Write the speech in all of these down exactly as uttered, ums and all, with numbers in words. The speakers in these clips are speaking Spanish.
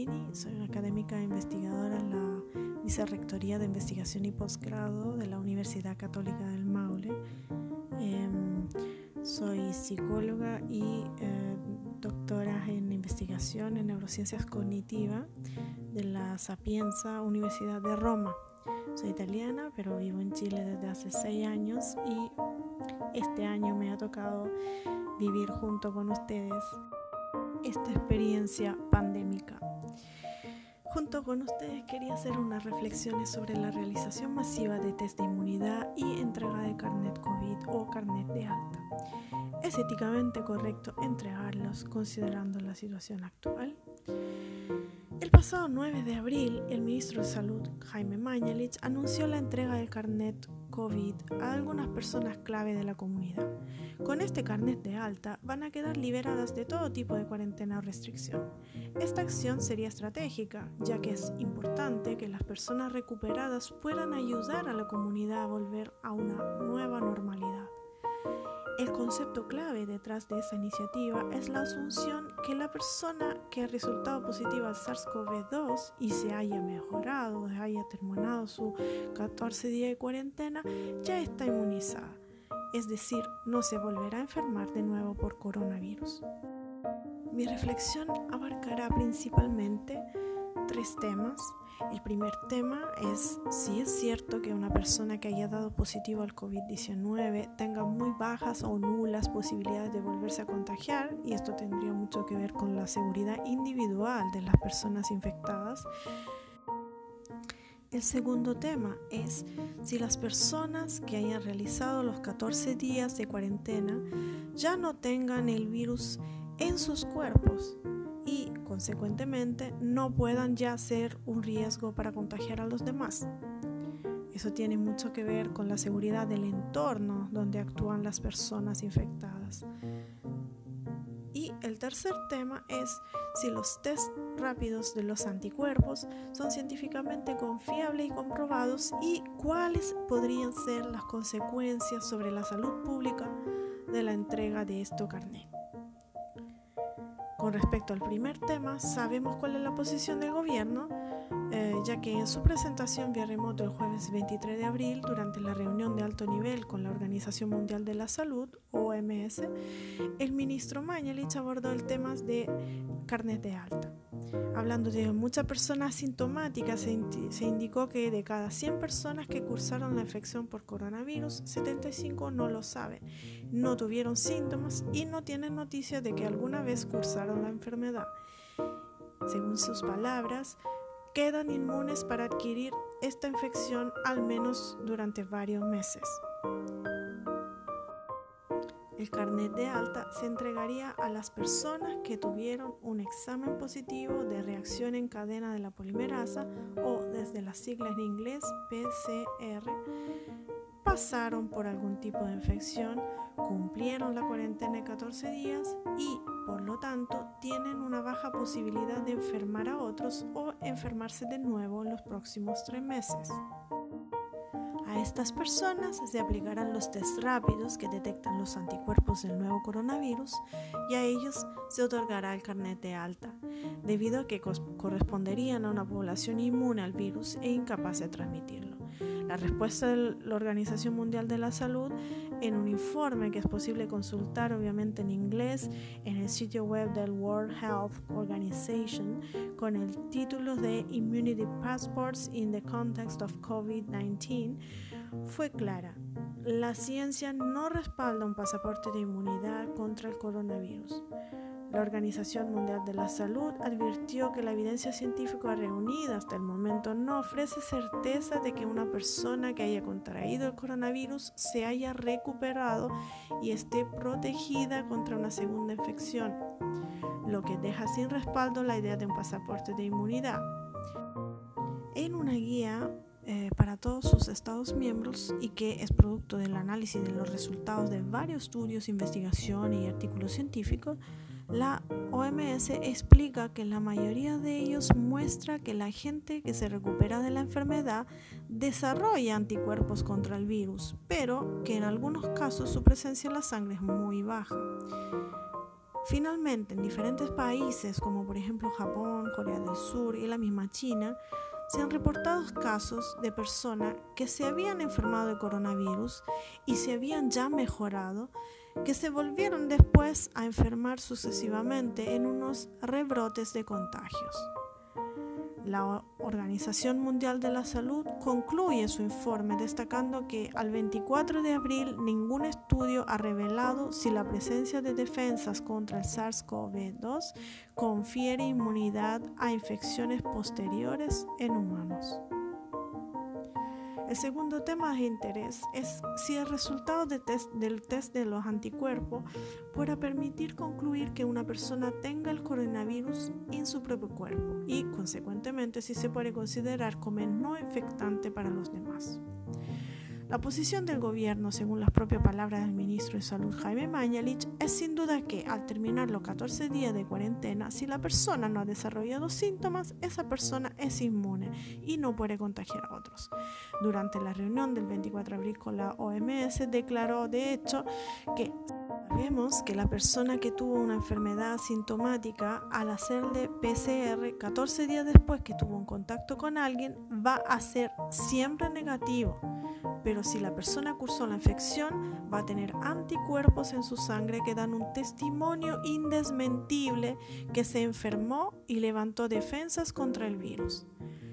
Marchini, soy una académica investigadora en la Vicerrectoría de Investigación y Posgrado de la Universidad Católica del Maule. Eh, soy psicóloga y eh, doctora en investigación en neurociencias cognitivas de la Sapienza Universidad de Roma. Soy italiana, pero vivo en Chile desde hace seis años y este año me ha tocado vivir junto con ustedes esta experiencia pandémica. Junto con ustedes quería hacer unas reflexiones sobre la realización masiva de test de inmunidad y entrega de carnet COVID o carnet de alta. ¿Es éticamente correcto entregarlos considerando la situación actual? El pasado nueve de abril, el ministro de Salud, Jaime Mañalich, anunció la entrega del carnet COVID a algunas personas clave de la comunidad. Con este carnet de alta van a quedar liberadas de todo tipo de cuarentena o restricción. Esta acción sería estratégica, ya que es importante que las personas recuperadas puedan ayudar a la comunidad a volver a una nueva normalidad. El concepto clave detrás de esa iniciativa es la asunción que la persona que ha resultado positiva al SARS-CoV dos y se haya mejorado, haya terminado su catorce días de cuarentena, ya está inmunizada, es decir, no se volverá a enfermar de nuevo por coronavirus. Mi reflexión abarcará principalmente tres temas. El primer tema es si es cierto que una persona que haya dado positivo al COVID diecinueve tenga muy bajas o nulas posibilidades de volverse a contagiar, y esto tendría mucho que ver con la seguridad individual de las personas infectadas. El segundo tema es si las personas que hayan realizado los catorce días de cuarentena ya no tengan el virus en sus cuerpos y, consecuentemente, no puedan ya ser un riesgo para contagiar a los demás. Eso tiene mucho que ver con la seguridad del entorno donde actúan las personas infectadas. Y el tercer tema es si los test rápidos de los anticuerpos son científicamente confiables y comprobados y cuáles podrían ser las consecuencias sobre la salud pública de la entrega de este carnet. Con respecto al primer tema, sabemos cuál es la posición del gobierno, eh, ya que en su presentación vía remoto el jueves veintitrés de abril, durante la reunión de alto nivel con la Organización Mundial de la Salud, O M S, el ministro Mañalich abordó el tema de carnet de alta. Hablando de muchas personas asintomáticas, se, indi- se indicó que de cada cien personas que cursaron la infección por coronavirus, setenta y cinco no lo saben, no tuvieron síntomas y no tienen noticias de que alguna vez cursaron la enfermedad. Según sus palabras, quedan inmunes para adquirir esta infección al menos durante varios meses. El carnet de alta se entregaría a las personas que tuvieron un examen positivo de reacción en cadena de la polimerasa, o desde las siglas en inglés P C R, pasaron por algún tipo de infección, cumplieron la cuarentena de catorce días y, por lo tanto, tienen una baja posibilidad de enfermar a otros o enfermarse de nuevo en los próximos tres meses. A estas personas se aplicarán los test rápidos que detectan los anticuerpos del nuevo coronavirus y a ellos se otorgará el carnet de alta, debido a que corresponderían a una población inmune al virus e incapaz de transmitirlo. La respuesta de la Organización Mundial de la Salud, en un informe que es posible consultar obviamente en inglés en el sitio web del World Health Organization con el título de Immunity Passports in the Context of COVID diecinueve, fue clara. La ciencia no respalda un pasaporte de inmunidad contra el coronavirus. La Organización Mundial de la Salud advirtió que la evidencia científica reunida hasta el momento no ofrece certeza de que una persona que haya contraído el coronavirus se haya recuperado y esté protegida contra una segunda infección, lo que deja sin respaldo la idea de un pasaporte de inmunidad. En una guía eh, para todos sus Estados miembros, y que es producto del análisis de los resultados de varios estudios, investigaciones y artículos científicos, la O M S explica que la mayoría de ellos muestra que la gente que se recupera de la enfermedad desarrolla anticuerpos contra el virus, pero que en algunos casos su presencia en la sangre es muy baja. Finalmente, en diferentes países como por ejemplo Japón, Corea del Sur y la misma China, se han reportado casos de personas que se habían enfermado de coronavirus y se habían ya mejorado, que se volvieron después a enfermar sucesivamente en unos rebrotes de contagios. La Organización Mundial de la Salud concluye su informe destacando que al veinticuatro de abril ningún estudio ha revelado si la presencia de defensas contra el SARS-CoV dos confiere inmunidad a infecciones posteriores en humanos. El segundo tema de interés es si el resultado de test, del test de los anticuerpos pueda permitir concluir que una persona tenga el coronavirus en su propio cuerpo y, consecuentemente, si se puede considerar como no infectante para los demás. La posición del gobierno, según las propias palabras del ministro de Salud Jaime Mañalich, es sin duda que al terminar los catorce días de cuarentena, si la persona no ha desarrollado síntomas, esa persona es inmune y no puede contagiar a otros. Durante la reunión del veinticuatro de abril con la O M S declaró de hecho que sabemos que la persona que tuvo una enfermedad asintomática al hacerle P C R catorce días después que tuvo un contacto con alguien va a ser siempre negativo. Pero si la persona cursó la infección, va a tener anticuerpos en su sangre que dan un testimonio indesmentible que se enfermó y levantó defensas contra el virus.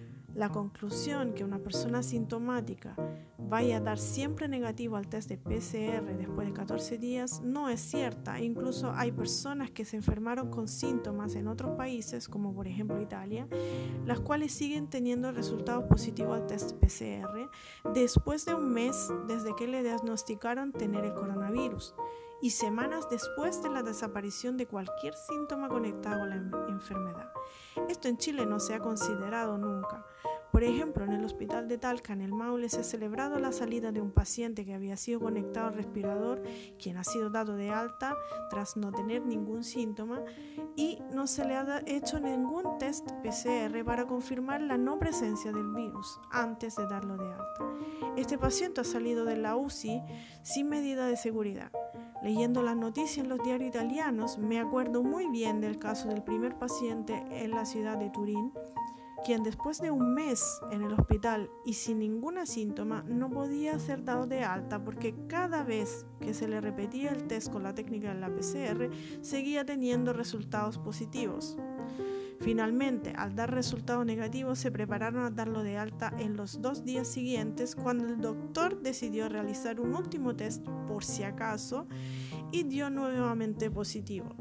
La conclusión que una persona asintomática vaya a dar siempre negativo al test de P C R después de catorce días no es cierta. Incluso hay personas que se enfermaron con síntomas en otros países, como por ejemplo Italia, las cuales siguen teniendo resultados positivos al test P C R después de un mes desde que le diagnosticaron tener el coronavirus y semanas después de la desaparición de cualquier síntoma conectado a la enfermedad. Esto en Chile no se ha considerado nunca. Por ejemplo, en el hospital de Talca, en el Maule, se ha celebrado la salida de un paciente que había sido conectado al respirador, quien ha sido dado de alta tras no tener ningún síntoma y no se le ha hecho ningún test P C R para confirmar la no presencia del virus antes de darlo de alta. Este paciente ha salido de la U C I sin medida de seguridad. Leyendo las noticias en los diarios italianos, me acuerdo muy bien del caso del primer paciente en la ciudad de Turín, quien después de un mes en el hospital y sin ningún síntoma no podía ser dado de alta porque cada vez que se le repetía el test con la técnica de la P C R seguía teniendo resultados positivos. Finalmente, al dar resultados negativos, se prepararon a darlo de alta en los dos días siguientes cuando el doctor decidió realizar un último test por si acaso y dio nuevamente positivo.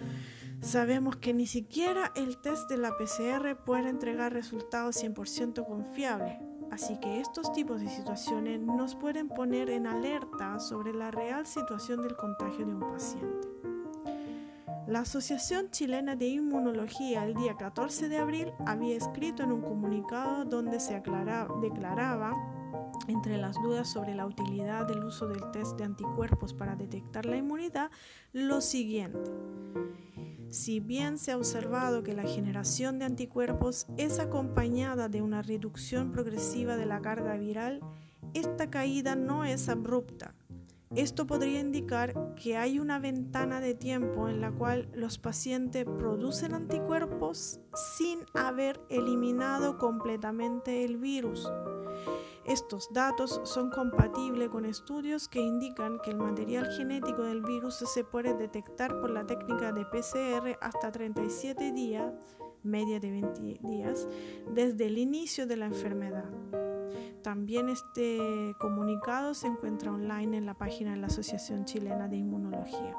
Sabemos que ni siquiera el test de la P C R puede entregar resultados cien por ciento confiables, así que estos tipos de situaciones nos pueden poner en alerta sobre la real situación del contagio de un paciente. La Asociación Chilena de Inmunología el día catorce de abril había escrito en un comunicado donde se aclaraba, declaraba, entre las dudas sobre la utilidad del uso del test de anticuerpos para detectar la inmunidad, lo siguiente. Si bien se ha observado que la generación de anticuerpos es acompañada de una reducción progresiva de la carga viral, esta caída no es abrupta. Esto podría indicar que hay una ventana de tiempo en la cual los pacientes producen anticuerpos sin haber eliminado completamente el virus. Estos datos son compatibles con estudios que indican que el material genético del virus se puede detectar por la técnica de P C R hasta treinta y siete días, media de veinte días, desde el inicio de la enfermedad. También este comunicado se encuentra online en la página de la Asociación Chilena de Inmunología.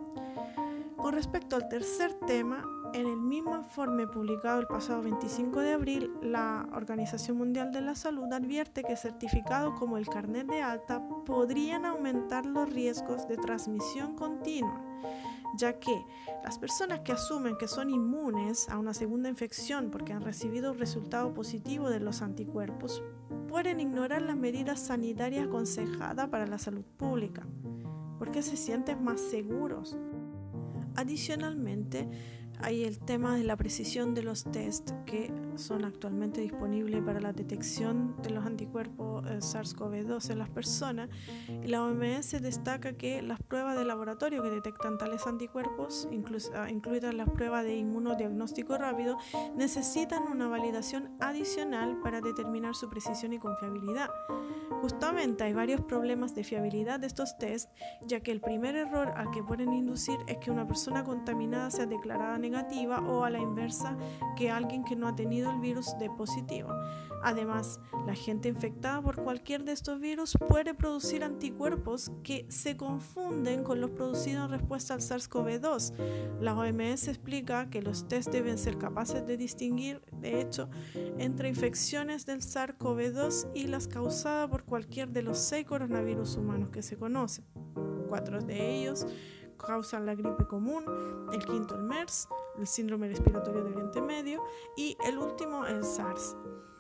Con respecto al tercer tema, en el mismo informe publicado el pasado veinticinco de abril, la Organización Mundial de la Salud advierte que certificados como el carnet de alta podrían aumentar los riesgos de transmisión continua, ya que las personas que asumen que son inmunes a una segunda infección porque han recibido un resultado positivo de los anticuerpos pueden ignorar las medidas sanitarias aconsejadas para la salud pública, porque se sienten más seguros. Adicionalmente, hay el tema de la precisión de los test que son actualmente disponibles para la detección de los anticuerpos virus eh, SARS-CoV dos en las personas, y la O M S destaca que las pruebas de laboratorio que detectan tales anticuerpos, inclu- incluidas las pruebas de inmunodiagnóstico rápido, necesitan una validación adicional para determinar su precisión y confiabilidad. Justamente hay varios problemas de fiabilidad de estos test, ya que el primer error al que pueden inducir es que una persona contaminada sea declarada negativa, o a la inversa, que alguien que no ha tenido el virus dé positivo. Además, la gente infectada por cualquier de estos virus puede producir anticuerpos que se confunden con los producidos en respuesta al SARS-CoV dos. La O M S explica que los test deben ser capaces de distinguir, de hecho, entre infecciones del SARS-CoV dos y las causadas por cualquier de los seis coronavirus humanos que se conocen. Cuatro de ellos causan la gripe común, el quinto el MERS, el síndrome respiratorio de Oriente Medio, y el último el SARS.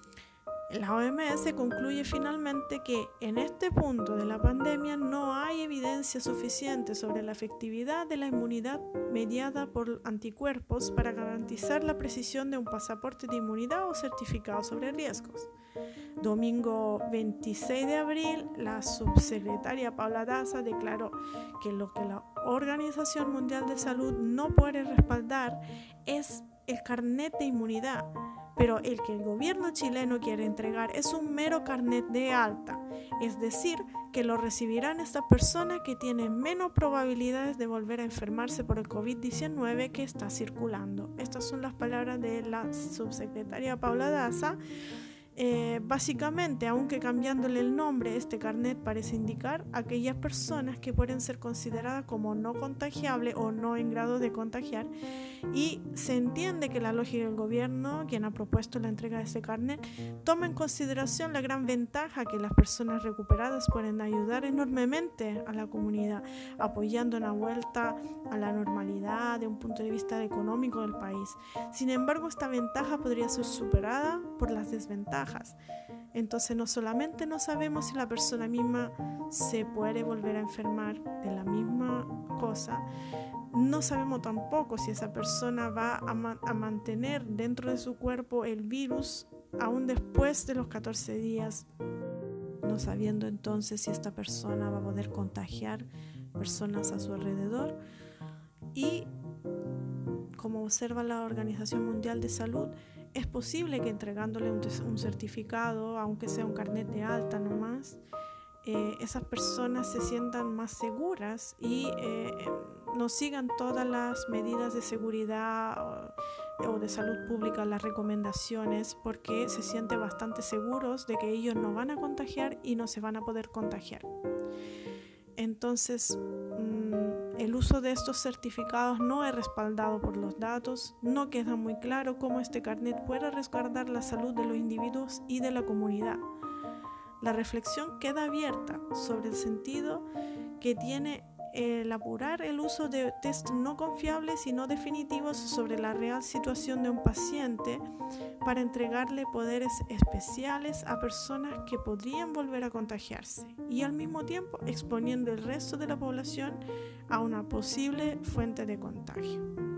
La O M S concluye finalmente que en este punto de la pandemia no hay evidencia suficiente sobre la efectividad de la inmunidad mediada por anticuerpos para garantizar la precisión de un pasaporte de inmunidad o certificado sobre riesgos. Domingo veintiséis de abril, la subsecretaria Paula Daza declaró que lo que la Organización Mundial de Salud no puede respaldar es el carnet de inmunidad, pero el que el gobierno chileno quiere entregar es un mero carnet de alta, es decir, que lo recibirán estas personas que tienen menos probabilidades de volver a enfermarse por el covid diecinueve que está circulando. Estas son las palabras de la subsecretaria Paula Daza. Eh, básicamente, aunque cambiándole el nombre, este carnet parece indicar a aquellas personas que pueden ser consideradas como no contagiables o no en grado de contagiar, y se entiende que la lógica del gobierno, quien ha propuesto la entrega de este carnet, toma en consideración la gran ventaja que las personas recuperadas pueden ayudar enormemente a la comunidad, apoyando una vuelta a la normalidad de un punto de vista económico del país. Sin embargo, esta ventaja podría ser superada por las desventajas. Entonces, no solamente no sabemos si la persona misma se puede volver a enfermar de la misma cosa, no sabemos tampoco si esa persona va a, ma- a mantener dentro de su cuerpo el virus aún después de los catorce días, no sabiendo entonces si esta persona va a poder contagiar personas a su alrededor. Y como observa la Organización Mundial de Salud, es posible que entregándole un, un certificado, aunque sea un carnet de alta nomás, eh, esas personas se sientan más seguras y eh, no sigan todas las medidas de seguridad o, o de salud pública, las recomendaciones, porque se sienten bastante seguros de que ellos no van a contagiar y no se van a poder contagiar. Entonces, el uso de estos certificados no es respaldado por los datos, no queda muy claro cómo este carnet puede resguardar la salud de los individuos y de la comunidad. La reflexión queda abierta sobre el sentido que tiene el apurar el uso de test no confiables y no definitivos sobre la real situación de un paciente para entregarle poderes especiales a personas que podrían volver a contagiarse, y al mismo tiempo exponiendo el resto de la población a una posible fuente de contagio.